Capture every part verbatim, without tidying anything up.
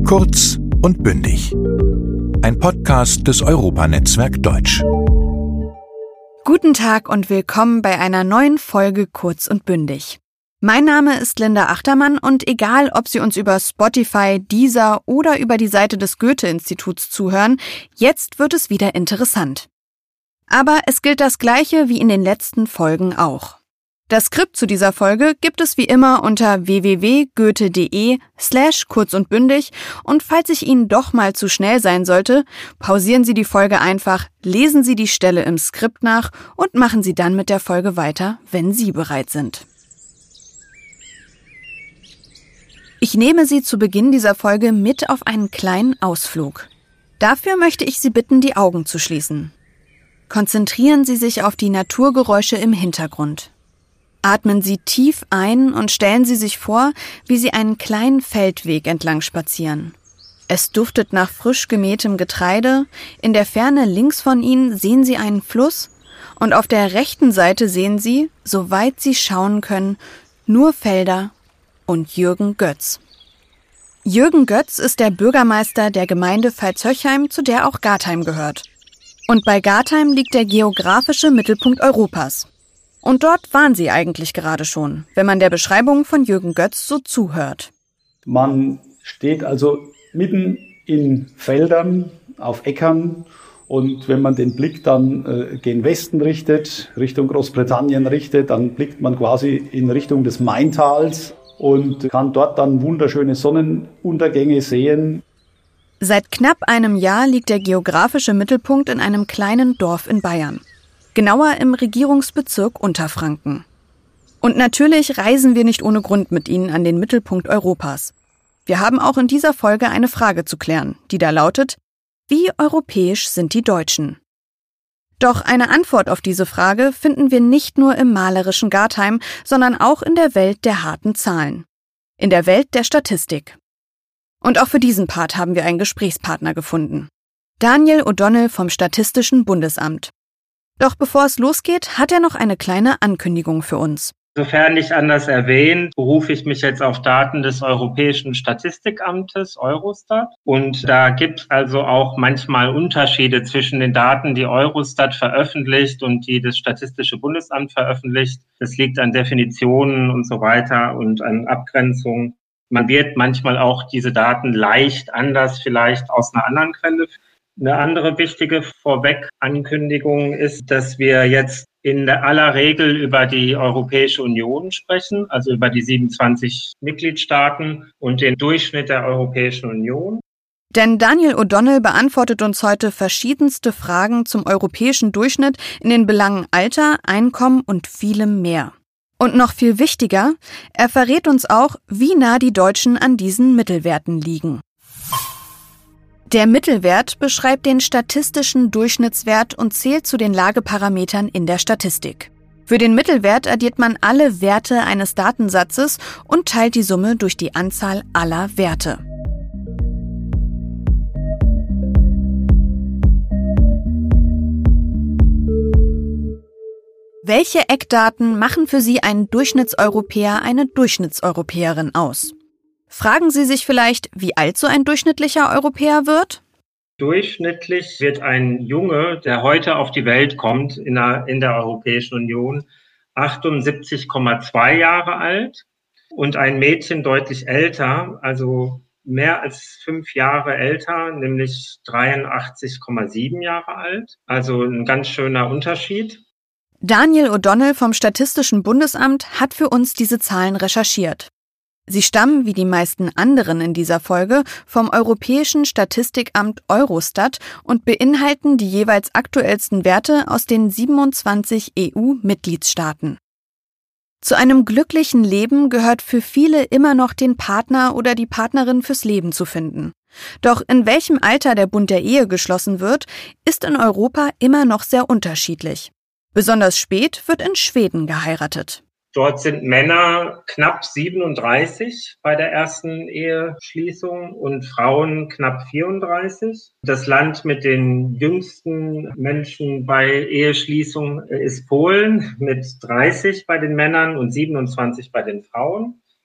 Kurz und bündig. Ein Podcast des Europa-Netzwerk Deutsch. Guten Tag und willkommen bei einer neuen Folge Kurz und bündig. Mein Name ist Linda Achtermann und egal, ob Sie uns über Spotify, Deezer oder über die Seite des Goethe-Instituts zuhören, jetzt wird es wieder interessant. Aber es gilt das Gleiche wie in den letzten Folgen auch. Das Skript zu dieser Folge gibt es wie immer unter w w w punkt goethe punkt de slash kurz und bündig und falls ich Ihnen doch mal zu schnell sein sollte, pausieren Sie die Folge einfach, lesen Sie die Stelle im Skript nach und machen Sie dann mit der Folge weiter, wenn Sie bereit sind. Ich nehme Sie zu Beginn dieser Folge mit auf einen kleinen Ausflug. Dafür möchte ich Sie bitten, die Augen zu schließen. Konzentrieren Sie sich auf die Naturgeräusche im Hintergrund. Atmen Sie tief ein und stellen Sie sich vor, wie Sie einen kleinen Feldweg entlang spazieren. Es duftet nach frisch gemähtem Getreide, in der Ferne links von Ihnen sehen Sie einen Fluss und auf der rechten Seite sehen Sie, soweit Sie schauen können, nur Felder und Jürgen Götz. Jürgen Götz ist der Bürgermeister der Gemeinde Pfalz-Höchheim, zu der auch Gartheim gehört. Und bei Gartheim liegt der geografische Mittelpunkt Europas. Und dort waren Sie eigentlich gerade schon, wenn man der Beschreibung von Jürgen Götz so zuhört. Man steht also mitten in Feldern, auf Äckern und wenn man den Blick dann äh, gen Westen richtet, Richtung Großbritannien richtet, dann blickt man quasi in Richtung des Maintals und kann dort dann wunderschöne Sonnenuntergänge sehen. Seit knapp einem Jahr liegt der geografische Mittelpunkt in einem kleinen Dorf in Bayern. Genauer im Regierungsbezirk Unterfranken. Und natürlich reisen wir nicht ohne Grund mit Ihnen an den Mittelpunkt Europas. Wir haben auch in dieser Folge eine Frage zu klären, die da lautet: Wie europäisch sind die Deutschen? Doch eine Antwort auf diese Frage finden wir nicht nur im malerischen Gartheim, sondern auch in der Welt der harten Zahlen. In der Welt der Statistik. Und auch für diesen Part haben wir einen Gesprächspartner gefunden. Daniel O'Donnell vom Statistischen Bundesamt. Doch bevor es losgeht, hat er noch eine kleine Ankündigung für uns. Sofern nicht anders erwähnt, berufe ich mich jetzt auf Daten des Europäischen Statistikamtes, Eurostat. Und da gibt es also auch manchmal Unterschiede zwischen den Daten, die Eurostat veröffentlicht und die das Statistische Bundesamt veröffentlicht. Das liegt an Definitionen und so weiter und an Abgrenzungen. Man wird manchmal auch diese Daten leicht anders vielleicht aus einer anderen Quelle. Eine andere wichtige Vorweg-Ankündigung ist, dass wir jetzt in aller Regel über die Europäische Union sprechen, also über die siebenundzwanzig Mitgliedstaaten und den Durchschnitt der Europäischen Union. Denn Daniel O'Donnell beantwortet uns heute verschiedenste Fragen zum europäischen Durchschnitt in den Belangen Alter, Einkommen und vielem mehr. Und noch viel wichtiger, er verrät uns auch, wie nah die Deutschen an diesen Mittelwerten liegen. Der Mittelwert beschreibt den statistischen Durchschnittswert und zählt zu den Lageparametern in der Statistik. Für den Mittelwert addiert man alle Werte eines Datensatzes und teilt die Summe durch die Anzahl aller Werte. Welche Eckdaten machen für Sie einen Durchschnittseuropäer, eine Durchschnittseuropäerin aus? Fragen Sie sich vielleicht, wie alt so ein durchschnittlicher Europäer wird? Durchschnittlich wird ein Junge, der heute auf die Welt kommt in der, in der Europäischen Union, achtundsiebzig Komma zwei Jahre alt und ein Mädchen deutlich älter, also mehr als fünf Jahre älter, nämlich dreiundachtzig Komma sieben Jahre alt. Also ein ganz schöner Unterschied. Daniel O'Donnell vom Statistischen Bundesamt hat für uns diese Zahlen recherchiert. Sie stammen, wie die meisten anderen in dieser Folge, vom Europäischen Statistikamt Eurostat und beinhalten die jeweils aktuellsten Werte aus den siebenundzwanzig E U-Mitgliedstaaten. Zu einem glücklichen Leben gehört für viele immer noch den Partner oder die Partnerin fürs Leben zu finden. Doch in welchem Alter der Bund der Ehe geschlossen wird, ist in Europa immer noch sehr unterschiedlich. Besonders spät wird in Schweden geheiratet. Dort sind Männer knapp siebenunddreißig bei der ersten Eheschließung und Frauen knapp vierunddreißig. Das Land mit den jüngsten Menschen bei Eheschließung ist Polen mit dreißig bei den Männern und siebenundzwanzig bei den Frauen.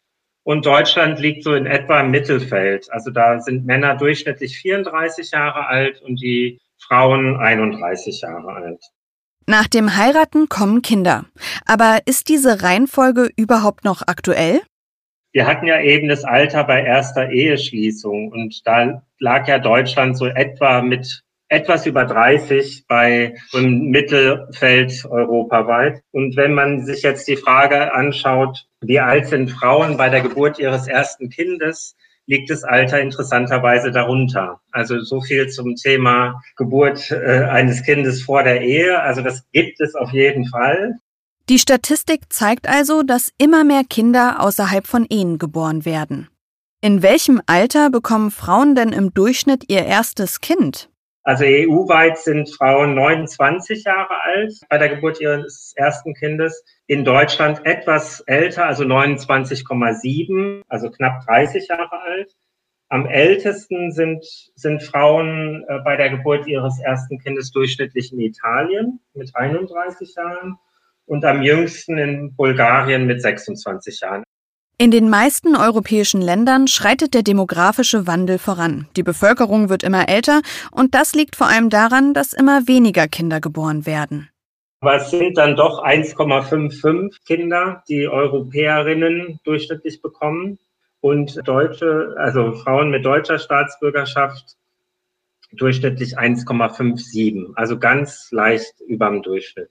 Und Deutschland liegt so in etwa im Mittelfeld. Also da sind Männer durchschnittlich vierunddreißig Jahre alt und die Frauen einunddreißig Jahre alt. Nach dem Heiraten kommen Kinder. Aber ist diese Reihenfolge überhaupt noch aktuell? Wir hatten ja eben das Alter bei erster Eheschließung und da lag ja Deutschland so etwa mit etwas über dreißig bei im Mittelfeld europaweit. Und wenn man sich jetzt die Frage anschaut, wie alt sind Frauen bei der Geburt ihres ersten Kindes, liegt das Alter interessanterweise darunter. Also so viel zum Thema Geburt äh, eines Kindes vor der Ehe. Also das gibt es auf jeden Fall. Die Statistik zeigt also, dass immer mehr Kinder außerhalb von Ehen geboren werden. In welchem Alter bekommen Frauen denn im Durchschnitt ihr erstes Kind? Also E U-weit sind Frauen neunundzwanzig Jahre alt bei der Geburt ihres ersten Kindes. In Deutschland etwas älter, also neunundzwanzig Komma sieben, also knapp dreißig Jahre alt. Am ältesten sind, sind Frauen äh, bei der Geburt ihres ersten Kindes durchschnittlich in Italien mit einunddreißig Jahren und am jüngsten in Bulgarien mit sechsundzwanzig Jahren. In den meisten europäischen Ländern schreitet der demografische Wandel voran. Die Bevölkerung wird immer älter und das liegt vor allem daran, dass immer weniger Kinder geboren werden. Aber es sind dann doch eins Komma fünfundfünfzig Kinder, die Europäerinnen durchschnittlich bekommen und Deutsche, also Frauen mit deutscher Staatsbürgerschaft durchschnittlich eins Komma siebenundfünfzig, also ganz leicht über dem Durchschnitt.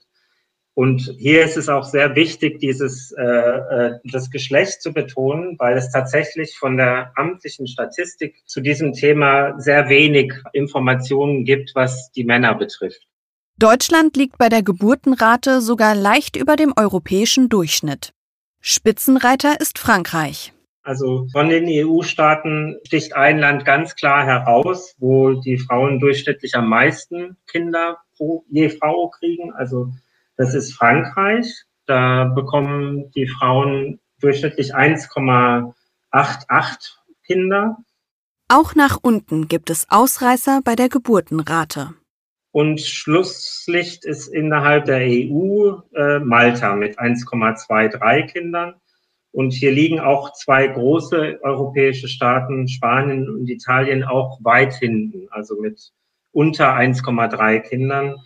Und hier ist es auch sehr wichtig, dieses äh, das Geschlecht zu betonen, weil es tatsächlich von der amtlichen Statistik zu diesem Thema sehr wenig Informationen gibt, was die Männer betrifft. Deutschland liegt bei der Geburtenrate sogar leicht über dem europäischen Durchschnitt. Spitzenreiter ist Frankreich. Also von den E U-Staaten sticht ein Land ganz klar heraus, wo die Frauen durchschnittlich am meisten Kinder pro je Frau kriegen, also das ist Frankreich. Da bekommen die Frauen durchschnittlich eins Komma achtundachtzig Kinder. Auch nach unten gibt es Ausreißer bei der Geburtenrate. Und Schlusslicht ist innerhalb der E U äh, Malta mit eins Komma dreiundzwanzig Kindern. Und hier liegen auch zwei große europäische Staaten, Spanien und Italien, auch weit hinten, also mit unter eins Komma drei Kindern.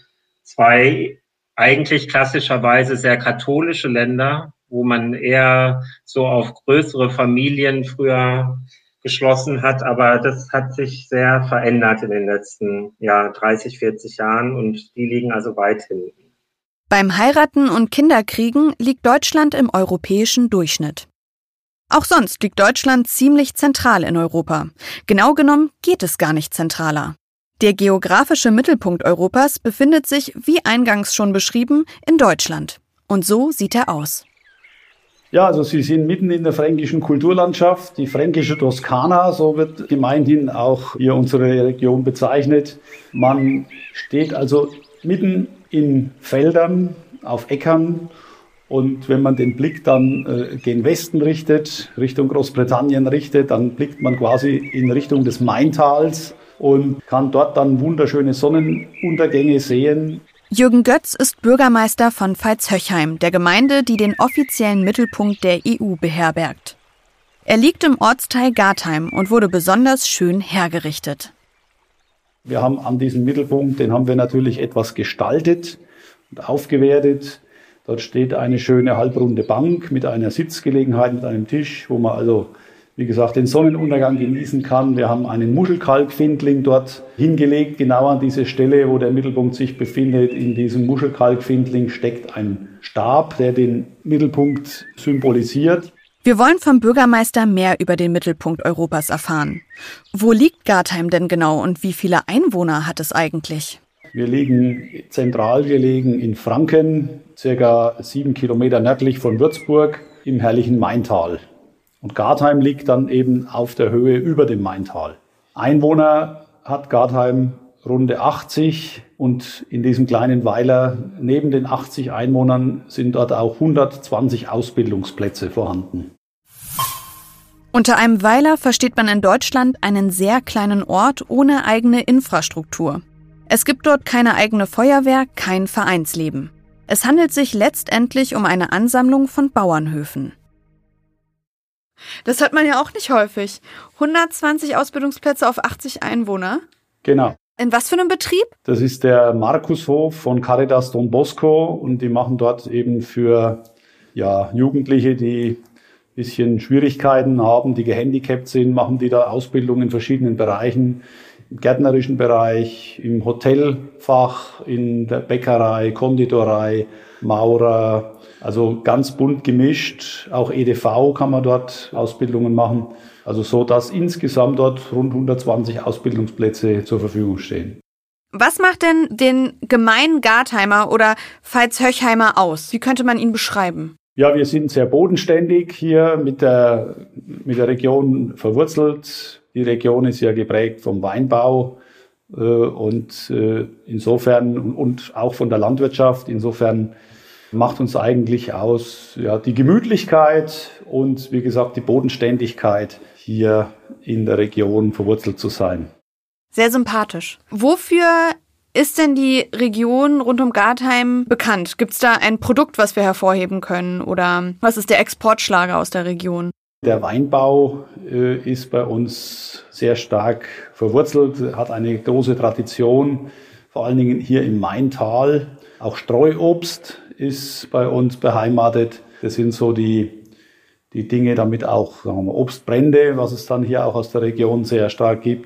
Zwei eigentlich klassischerweise sehr katholische Länder, wo man eher so auf größere Familien früher geschlossen hat. Aber das hat sich sehr verändert in den letzten ja, dreißig, vierzig Jahren und die liegen also weit hinten. Beim Heiraten und Kinderkriegen liegt Deutschland im europäischen Durchschnitt. Auch sonst liegt Deutschland ziemlich zentral in Europa. Genau genommen geht es gar nicht zentraler. Der geografische Mittelpunkt Europas befindet sich, wie eingangs schon beschrieben, in Deutschland. Und so sieht er aus. Ja, also Sie sind mitten in der fränkischen Kulturlandschaft, die fränkische Toskana, so wird gemeinhin auch hier unsere Region bezeichnet. Man steht also mitten in Feldern, auf Äckern und wenn man den Blick dann äh, gen Westen richtet, Richtung Großbritannien richtet, dann blickt man quasi in Richtung des Maintals und kann dort dann wunderschöne Sonnenuntergänge sehen. Jürgen Götz ist Bürgermeister von Veitshöchheim, der Gemeinde, die den offiziellen Mittelpunkt der E U beherbergt. Er liegt im Ortsteil Gartheim und wurde besonders schön hergerichtet. Wir haben an diesem Mittelpunkt, den haben wir natürlich etwas gestaltet und aufgewertet. Dort steht eine schöne halbrunde Bank mit einer Sitzgelegenheit, mit einem Tisch, wo man also, wie gesagt, den Sonnenuntergang genießen kann. Wir haben einen Muschelkalkfindling dort hingelegt, genau an diese Stelle, wo der Mittelpunkt sich befindet. In diesem Muschelkalkfindling steckt ein Stab, der den Mittelpunkt symbolisiert. Wir wollen vom Bürgermeister mehr über den Mittelpunkt Europas erfahren. Wo liegt Gartheim denn genau und wie viele Einwohner hat es eigentlich? Wir liegen zentral gelegen in Franken, circa sieben Kilometer nördlich von Würzburg im herrlichen Maintal. Und Gartheim liegt dann eben auf der Höhe über dem Maintal. Einwohner hat Gartheim runde achtzig und in diesem kleinen Weiler neben den achtzig Einwohnern sind dort auch hundertzwanzig Ausbildungsplätze vorhanden. Unter einem Weiler versteht man in Deutschland einen sehr kleinen Ort ohne eigene Infrastruktur. Es gibt dort keine eigene Feuerwehr, kein Vereinsleben. Es handelt sich letztendlich um eine Ansammlung von Bauernhöfen. Das hört man ja auch nicht häufig. hundertzwanzig Ausbildungsplätze auf achtzig Einwohner. Genau. In was für einem Betrieb? Das ist der Markushof von Caritas Don Bosco und die machen dort eben für ja, Jugendliche, die ein bisschen Schwierigkeiten haben, die gehandicapt sind, machen die da Ausbildung in verschiedenen Bereichen, im gärtnerischen Bereich, im Hotelfach, in der Bäckerei, Konditorei, Maurer, also ganz bunt gemischt. Auch E D V kann man dort Ausbildungen machen. Also so, dass insgesamt dort rund hundertzwanzig Ausbildungsplätze zur Verfügung stehen. Was macht denn den gemeinen Gartheimer oder Veitshöchheimer aus? Wie könnte man ihn beschreiben? Ja, wir sind sehr bodenständig hier mit der, mit der Region verwurzelt. Die Region ist ja geprägt vom Weinbau äh, und äh, insofern und auch von der Landwirtschaft. Insofern macht uns eigentlich aus ja, die Gemütlichkeit und wie gesagt die Bodenständigkeit, hier in der Region verwurzelt zu sein. Sehr sympathisch. Wofür ist denn die Region rund um Gartheim bekannt? Gibt es da ein Produkt, was wir hervorheben können? Oder was ist der Exportschlager aus der Region? Der Weinbau äh, ist bei uns sehr stark verwurzelt, hat eine große Tradition, vor allen Dingen hier im Maintal. Auch Streuobst ist bei uns beheimatet. Das sind so die, die Dinge, damit auch sagen wir, Obstbrände, was es dann hier auch aus der Region sehr stark gibt.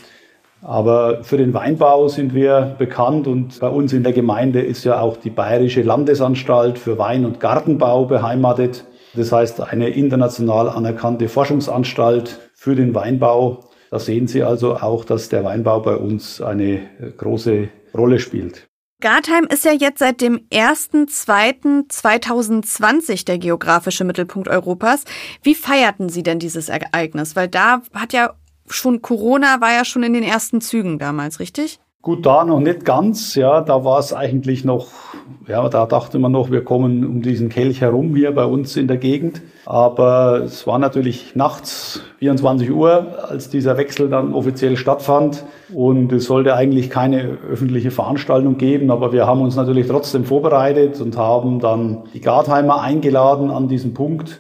Aber für den Weinbau sind wir bekannt und bei uns in der Gemeinde ist ja auch die Bayerische Landesanstalt für Wein- und Gartenbau beheimatet. Das heißt, eine international anerkannte Forschungsanstalt für den Weinbau. Da sehen Sie also auch, dass der Weinbau bei uns eine große Rolle spielt. Gartheim ist ja jetzt seit dem ersten zweiten zweitausendzwanzig der geografische Mittelpunkt Europas. Wie feierten Sie denn dieses Ereignis? Weil da hat ja schon Corona, war ja schon in den ersten Zügen damals, richtig? Gut, da noch nicht ganz, ja, da war es eigentlich noch, ja, da dachte man noch, wir kommen um diesen Kelch herum hier bei uns in der Gegend. Aber es war natürlich nachts vierundzwanzig Uhr, als dieser Wechsel dann offiziell stattfand. Und es sollte eigentlich keine öffentliche Veranstaltung geben, aber wir haben uns natürlich trotzdem vorbereitet und haben dann die Gartheimer eingeladen an diesem Punkt.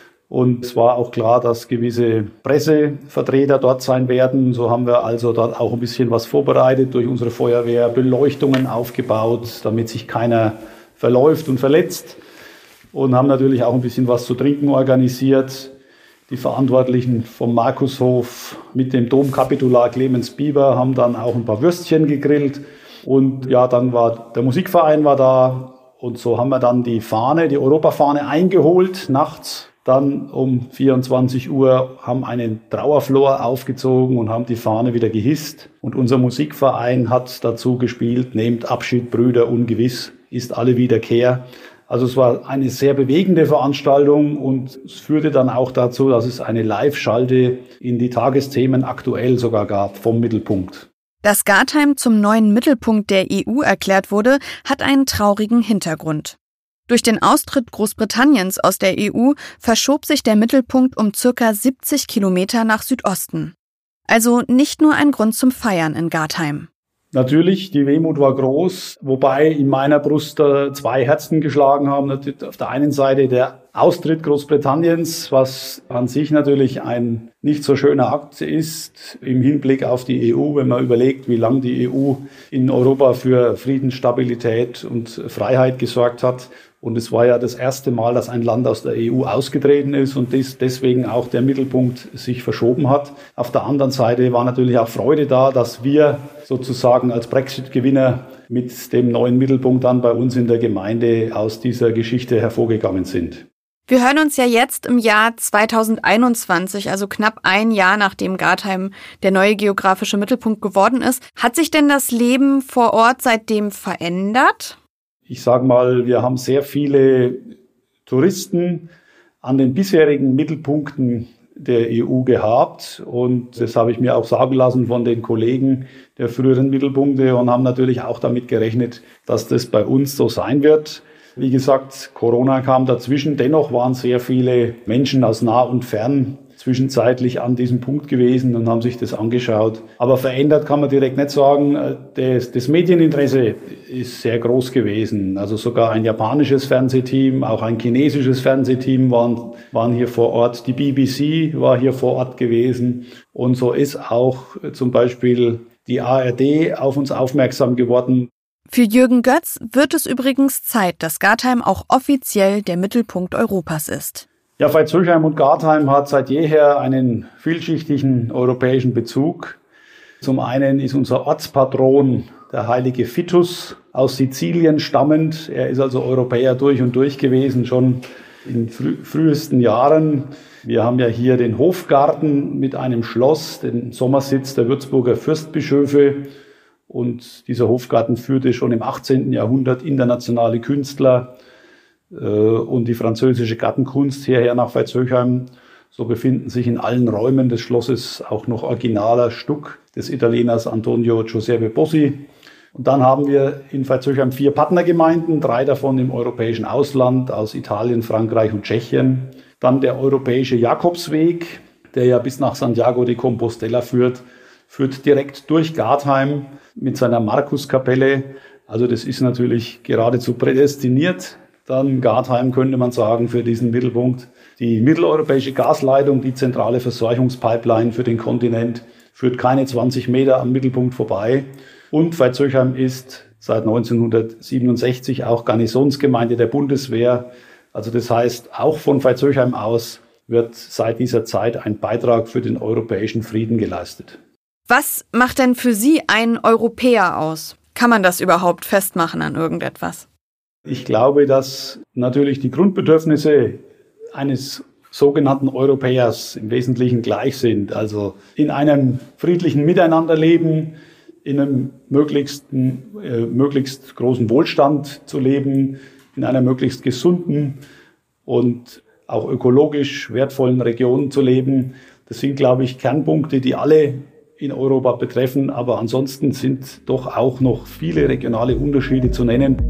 Und es war auch klar, dass gewisse Pressevertreter dort sein werden. So haben wir also dort auch ein bisschen was vorbereitet, durch unsere Feuerwehr Beleuchtungen aufgebaut, damit sich keiner verläuft und verletzt. Und haben natürlich auch ein bisschen was zu trinken organisiert. Die Verantwortlichen vom Markushof mit dem Domkapitular Clemens Bieber haben dann auch ein paar Würstchen gegrillt. Und ja, dann war der Musikverein war da. Und so haben wir dann die Fahne, die Europafahne eingeholt nachts. Dann um vierundzwanzig Uhr haben einen Trauerflor aufgezogen und haben die Fahne wieder gehisst. Und unser Musikverein hat dazu gespielt, nehmt Abschied, Brüder, ungewiss ist alle Wiederkehr. Also es war eine sehr bewegende Veranstaltung und es führte dann auch dazu, dass es eine Live-Schalte in die Tagesthemen aktuell sogar gab vom Mittelpunkt. Dass Gartheim zum neuen Mittelpunkt der E U erklärt wurde, hat einen traurigen Hintergrund. Durch den Austritt Großbritanniens aus der E U verschob sich der Mittelpunkt um circa siebzig Kilometer nach Südosten. Also nicht nur ein Grund zum Feiern in Gartheim. Natürlich, die Wehmut war groß, wobei in meiner Brust äh, zwei Herzen geschlagen haben. Auf der einen Seite der Austritt Großbritanniens, was an sich natürlich ein nicht so schöner Akt ist im Hinblick auf die E U, wenn man überlegt, wie lange die E U in Europa für Frieden, Stabilität und Freiheit gesorgt hat. Und es war ja das erste Mal, dass ein Land aus der E U ausgetreten ist und deswegen auch der Mittelpunkt sich verschoben hat. Auf der anderen Seite war natürlich auch Freude da, dass wir sozusagen als Brexit-Gewinner mit dem neuen Mittelpunkt dann bei uns in der Gemeinde aus dieser Geschichte hervorgegangen sind. Wir hören uns ja jetzt im Jahr zweitausendeinundzwanzig, also knapp ein Jahr nachdem Gartheim der neue geografische Mittelpunkt geworden ist. Hat sich denn das Leben vor Ort seitdem verändert? Ich sage mal, wir haben sehr viele Touristen an den bisherigen Mittelpunkten der E U gehabt und das habe ich mir auch sagen lassen von den Kollegen der früheren Mittelpunkte und haben natürlich auch damit gerechnet, dass das bei uns so sein wird. Wie gesagt, Corona kam dazwischen, dennoch waren sehr viele Menschen aus nah und fern zwischenzeitlich an diesem Punkt gewesen und haben sich das angeschaut. Aber verändert kann man direkt nicht sagen. Das, das Medieninteresse ist sehr groß gewesen. Also sogar ein japanisches Fernsehteam, auch ein chinesisches Fernsehteam waren, waren hier vor Ort. Die B B C war hier vor Ort gewesen. Und so ist auch zum Beispiel die A R D auf uns aufmerksam geworden. Für Jürgen Götz wird es übrigens Zeit, dass Gartheim auch offiziell der Mittelpunkt Europas ist. Ja, Veitshöchheim und Gartheim hat seit jeher einen vielschichtigen europäischen Bezug. Zum einen ist unser Ortspatron der heilige Vitus aus Sizilien stammend. Er ist also Europäer durch und durch gewesen, schon in frü- frühesten Jahren. Wir haben ja hier den Hofgarten mit einem Schloss, den Sommersitz der Würzburger Fürstbischöfe. Und dieser Hofgarten führte schon im achtzehnten Jahrhundert internationale Künstler äh, und die französische Gartenkunst hierher nach Veitshöchheim. So befinden sich in allen Räumen des Schlosses auch noch originaler Stuck des Italieners Antonio Giuseppe Bossi. Und dann haben wir in Veitshöchheim vier Partnergemeinden, drei davon im europäischen Ausland, aus Italien, Frankreich und Tschechien. Dann der europäische Jakobsweg, der ja bis nach Santiago de Compostela führt, führt direkt durch Gartheim mit seiner Markuskapelle. Also das ist natürlich geradezu prädestiniert. Dann Gartheim könnte man sagen für diesen Mittelpunkt. Die mitteleuropäische Gasleitung, die zentrale Versorgungspipeline für den Kontinent, führt keine zwanzig Meter am Mittelpunkt vorbei. Und Veitshöchheim ist seit neunzehnhundertsiebenundsechzig auch Garnisonsgemeinde der Bundeswehr. Also das heißt, auch von Veitshöchheim aus wird seit dieser Zeit ein Beitrag für den europäischen Frieden geleistet. Was macht denn für Sie ein Europäer aus? Kann man das überhaupt festmachen an irgendetwas? Ich glaube, dass natürlich die Grundbedürfnisse eines sogenannten Europäers im Wesentlichen gleich sind. Also in einem friedlichen Miteinanderleben, in einem möglichst, äh, möglichst großen Wohlstand zu leben, in einer möglichst gesunden und auch ökologisch wertvollen Region zu leben. Das sind, glaube ich, Kernpunkte, die alle in Europa betreffen. Aber ansonsten sind doch auch noch viele regionale Unterschiede zu nennen.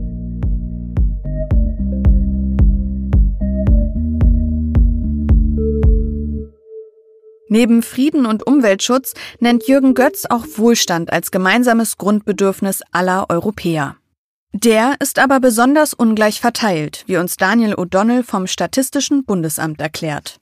Neben Frieden und Umweltschutz nennt Jürgen Götz auch Wohlstand als gemeinsames Grundbedürfnis aller Europäer. Der ist aber besonders ungleich verteilt, wie uns Daniel O'Donnell vom Statistischen Bundesamt erklärt.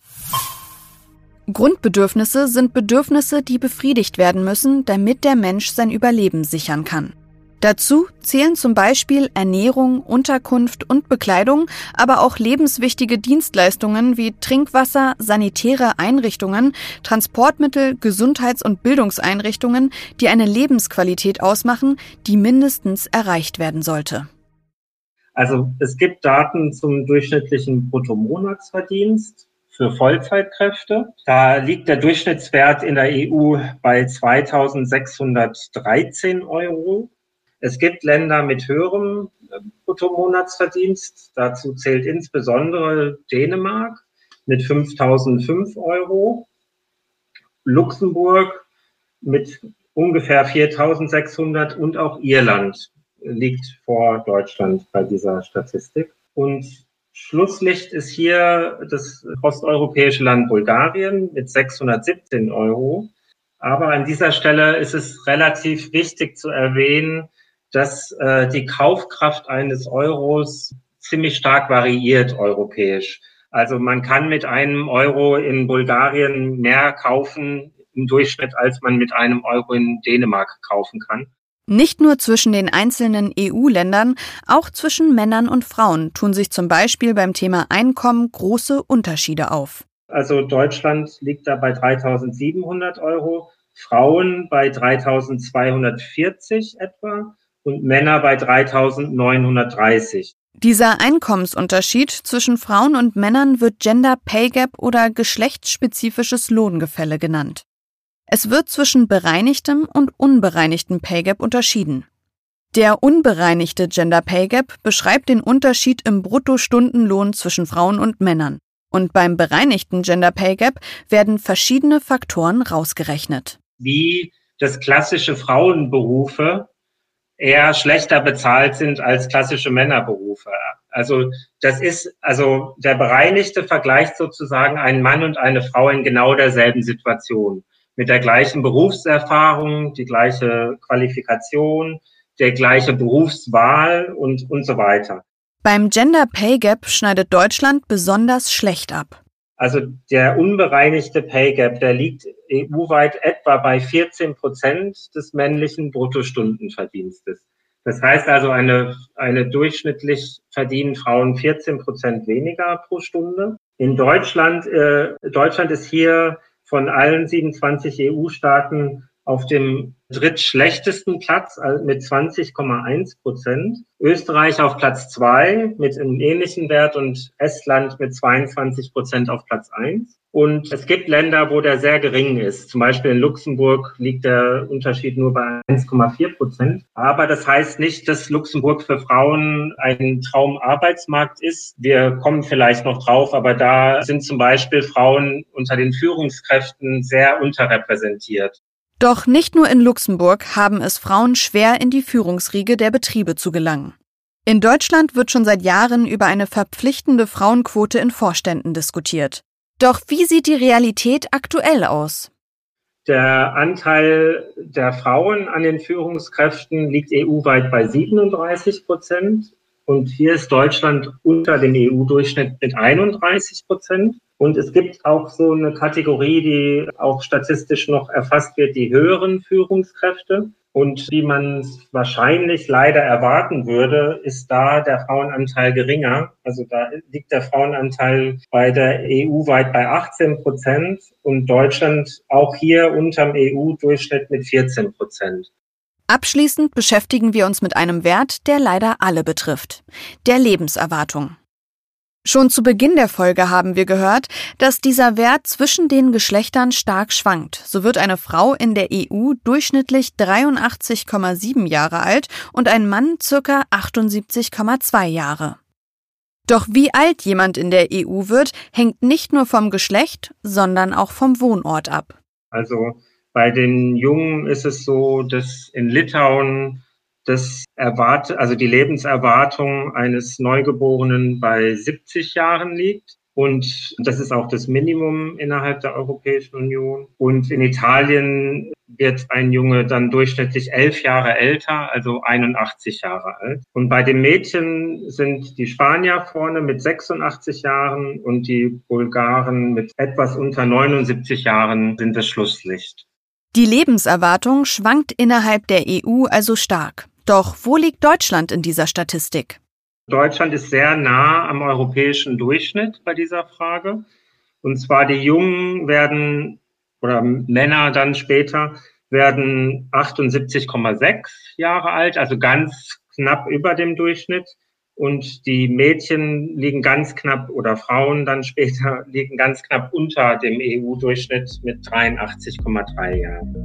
Grundbedürfnisse sind Bedürfnisse, die befriedigt werden müssen, damit der Mensch sein Überleben sichern kann. Dazu zählen zum Beispiel Ernährung, Unterkunft und Bekleidung, aber auch lebenswichtige Dienstleistungen wie Trinkwasser, sanitäre Einrichtungen, Transportmittel, Gesundheits- und Bildungseinrichtungen, die eine Lebensqualität ausmachen, die mindestens erreicht werden sollte. Also es gibt Daten zum durchschnittlichen Bruttomonatsverdienst für Vollzeitkräfte. Da liegt der Durchschnittswert in der E U bei zweitausendsechshundertdreizehn Euro. Es gibt Länder mit höherem Bruttomonatsverdienst. Dazu zählt insbesondere Dänemark mit fünftausendfünf Euro, Luxemburg mit ungefähr viertausendsechshundert und auch Irland liegt vor Deutschland bei dieser Statistik. Und Schlusslicht ist hier das osteuropäische Land Bulgarien mit sechshundertsiebzehn Euro. Aber an dieser Stelle ist es relativ wichtig zu erwähnen, dass äh, die Kaufkraft eines Euros ziemlich stark variiert europäisch. Also man kann mit einem Euro in Bulgarien mehr kaufen im Durchschnitt, als man mit einem Euro in Dänemark kaufen kann. Nicht nur zwischen den einzelnen E U-Ländern, auch zwischen Männern und Frauen tun sich zum Beispiel beim Thema Einkommen große Unterschiede auf. Also Deutschland liegt da bei dreitausendsiebenhundert Euro, Frauen bei dreitausendzweihundertvierzig etwa und Männer bei dreitausendneunhundertdreißig. Dieser Einkommensunterschied zwischen Frauen und Männern wird Gender Pay Gap oder geschlechtsspezifisches Lohngefälle genannt. Es wird zwischen bereinigtem und unbereinigtem Pay Gap unterschieden. Der unbereinigte Gender Pay Gap beschreibt den Unterschied im Bruttostundenlohn zwischen Frauen und Männern. Und beim bereinigten Gender Pay Gap werden verschiedene Faktoren rausgerechnet. Wie das klassische Frauenberufe eher schlechter bezahlt sind als klassische Männerberufe. Also das ist, also der bereinigte vergleicht sozusagen einen Mann und eine Frau in genau derselben Situation. Mit der gleichen Berufserfahrung, die gleiche Qualifikation, der gleiche Berufswahl und, und so weiter. Beim Gender Pay Gap schneidet Deutschland besonders schlecht ab. Also der unbereinigte Pay Gap, der liegt E U-weit etwa bei vierzehn Prozent des männlichen Bruttostundenverdienstes. Das heißt also, eine, eine durchschnittlich verdienen Frauen vierzehn Prozent weniger pro Stunde. In Deutschland, äh, Deutschland ist hier von allen siebenundzwanzig E U-Staaten auf dem drittschlechtesten Platz mit zwanzig Komma eins Prozent. Österreich auf Platz zwei mit einem ähnlichen Wert und Estland mit zweiundzwanzig Prozent auf Platz eins. Und es gibt Länder, wo der sehr gering ist. Zum Beispiel in Luxemburg liegt der Unterschied nur bei eins Komma vier Prozent. Aber das heißt nicht, dass Luxemburg für Frauen ein Traumarbeitsmarkt ist. Wir kommen vielleicht noch drauf, aber da sind zum Beispiel Frauen unter den Führungskräften sehr unterrepräsentiert. Doch nicht nur in Luxemburg haben es Frauen schwer, in die Führungsriege der Betriebe zu gelangen. In Deutschland wird schon seit Jahren über eine verpflichtende Frauenquote in Vorständen diskutiert. Doch wie sieht die Realität aktuell aus? Der Anteil der Frauen an den Führungskräften liegt E U-weit bei siebenunddreißig Prozent. Und hier ist Deutschland unter dem E U-Durchschnitt mit einunddreißig Prozent. Und es gibt auch so eine Kategorie, die auch statistisch noch erfasst wird, die höheren Führungskräfte. Und wie man es wahrscheinlich leider erwarten würde, ist da der Frauenanteil geringer. Also da liegt der Frauenanteil bei der E U-weit bei achtzehn Prozent und Deutschland auch hier unterm E U-Durchschnitt mit vierzehn Prozent. Abschließend beschäftigen wir uns mit einem Wert, der leider alle betrifft: der Lebenserwartung. Schon zu Beginn der Folge haben wir gehört, dass dieser Wert zwischen den Geschlechtern stark schwankt. So wird eine Frau in der E U durchschnittlich dreiundachtzig Komma sieben Jahre alt und ein Mann ca. achtundsiebzig Komma zwei Jahre. Doch wie alt jemand in der E U wird, hängt nicht nur vom Geschlecht, sondern auch vom Wohnort ab. Also bei den Jungen ist es so, dass in Litauen das Erwart- also die Lebenserwartung eines Neugeborenen bei siebzig Jahren liegt. Und das ist auch das Minimum innerhalb der Europäischen Union. Und in Italien wird ein Junge dann durchschnittlich elf Jahre älter, also einundachtzig Jahre alt. Und bei den Mädchen sind die Spanier vorne mit sechsundachtzig Jahren und die Bulgaren mit etwas unter neunundsiebzig Jahren sind das Schlusslicht. Die Lebenserwartung schwankt innerhalb der E U also stark. Doch wo liegt Deutschland in dieser Statistik? Deutschland ist sehr nah am europäischen Durchschnitt bei dieser Frage. Und zwar die Jungen werden, oder Männer dann später, werden achtundsiebzig Komma sechs Jahre alt, also ganz knapp über dem Durchschnitt. Und die Mädchen liegen ganz knapp, oder Frauen dann später, liegen ganz knapp unter dem E U-Durchschnitt mit dreiundachtzig Komma drei Jahren.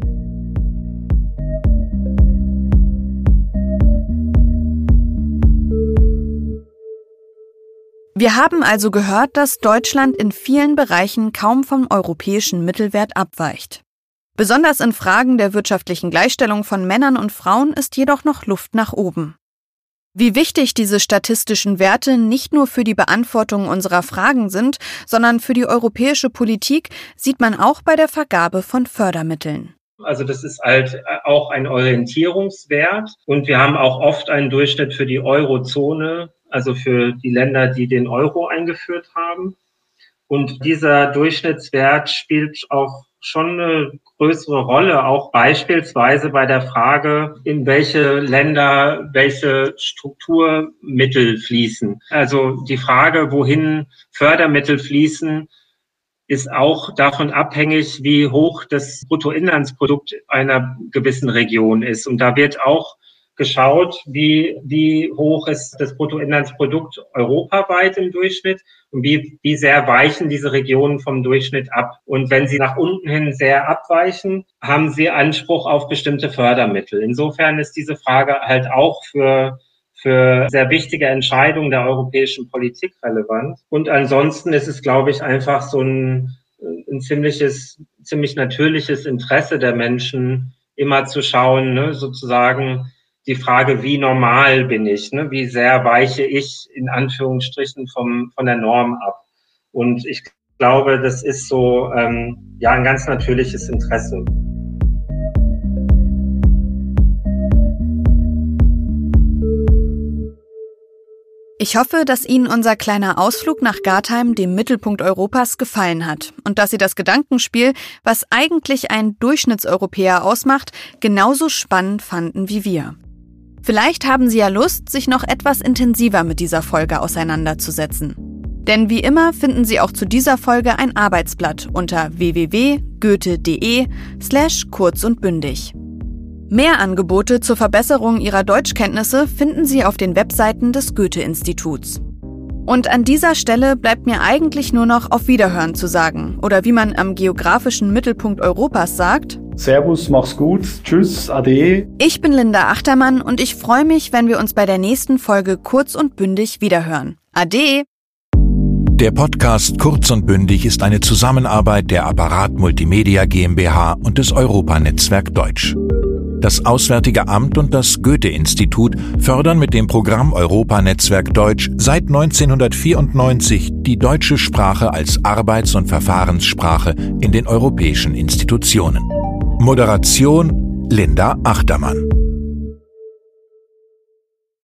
Wir haben also gehört, dass Deutschland in vielen Bereichen kaum vom europäischen Mittelwert abweicht. Besonders in Fragen der wirtschaftlichen Gleichstellung von Männern und Frauen ist jedoch noch Luft nach oben. Wie wichtig diese statistischen Werte nicht nur für die Beantwortung unserer Fragen sind, sondern für die europäische Politik, sieht man auch bei der Vergabe von Fördermitteln. Also das ist halt auch ein Orientierungswert und wir haben auch oft einen Durchschnitt für die Eurozone, also für die Länder, die den Euro eingeführt haben. Und dieser Durchschnittswert spielt auch schon eine größere Rolle, auch beispielsweise bei der Frage, in welche Länder welche Strukturmittel fließen. Also die Frage, wohin Fördermittel fließen, ist auch davon abhängig, wie hoch das Bruttoinlandsprodukt einer gewissen Region ist. Und da wird auch geschaut, wie, wie hoch ist das Bruttoinlandsprodukt europaweit im Durchschnitt und wie, wie sehr weichen diese Regionen vom Durchschnitt ab. Und wenn sie nach unten hin sehr abweichen, haben sie Anspruch auf bestimmte Fördermittel. Insofern ist diese Frage halt auch für für sehr wichtige Entscheidungen der europäischen Politik relevant. Und ansonsten ist es, glaube ich, einfach so ein, ein ziemliches, ziemlich natürliches Interesse der Menschen, immer zu schauen, ne, sozusagen, die Frage, wie normal bin ich, ne? Wie sehr weiche ich in Anführungsstrichen vom, von der Norm ab. Und ich glaube, das ist so ähm, ja ein ganz natürliches Interesse. Ich hoffe, dass Ihnen unser kleiner Ausflug nach Gartheim, dem Mittelpunkt Europas, gefallen hat und dass Sie das Gedankenspiel, was eigentlich ein Durchschnittseuropäer ausmacht, genauso spannend fanden wie wir. Vielleicht haben Sie ja Lust, sich noch etwas intensiver mit dieser Folge auseinanderzusetzen. Denn wie immer finden Sie auch zu dieser Folge ein Arbeitsblatt unter w w w punkt goethe punkt de slash kurz und bündig. Mehr Angebote zur Verbesserung Ihrer Deutschkenntnisse finden Sie auf den Webseiten des Goethe-Instituts. Und an dieser Stelle bleibt mir eigentlich nur noch auf Wiederhören zu sagen, oder wie man am geografischen Mittelpunkt Europas sagt: Servus, mach's gut, tschüss, ade. Ich bin Linda Achtermann und ich freue mich, wenn wir uns bei der nächsten Folge Kurz und Bündig wiederhören. Ade! Der Podcast Kurz und Bündig ist eine Zusammenarbeit der Apparat Multimedia GmbH und des Europanetzwerk Deutsch. Das Auswärtige Amt und das Goethe-Institut fördern mit dem Programm Europanetzwerk Deutsch seit neunzehnhundertvierundneunzig die deutsche Sprache als Arbeits- und Verfahrenssprache in den europäischen Institutionen. Moderation Linda Achtermann.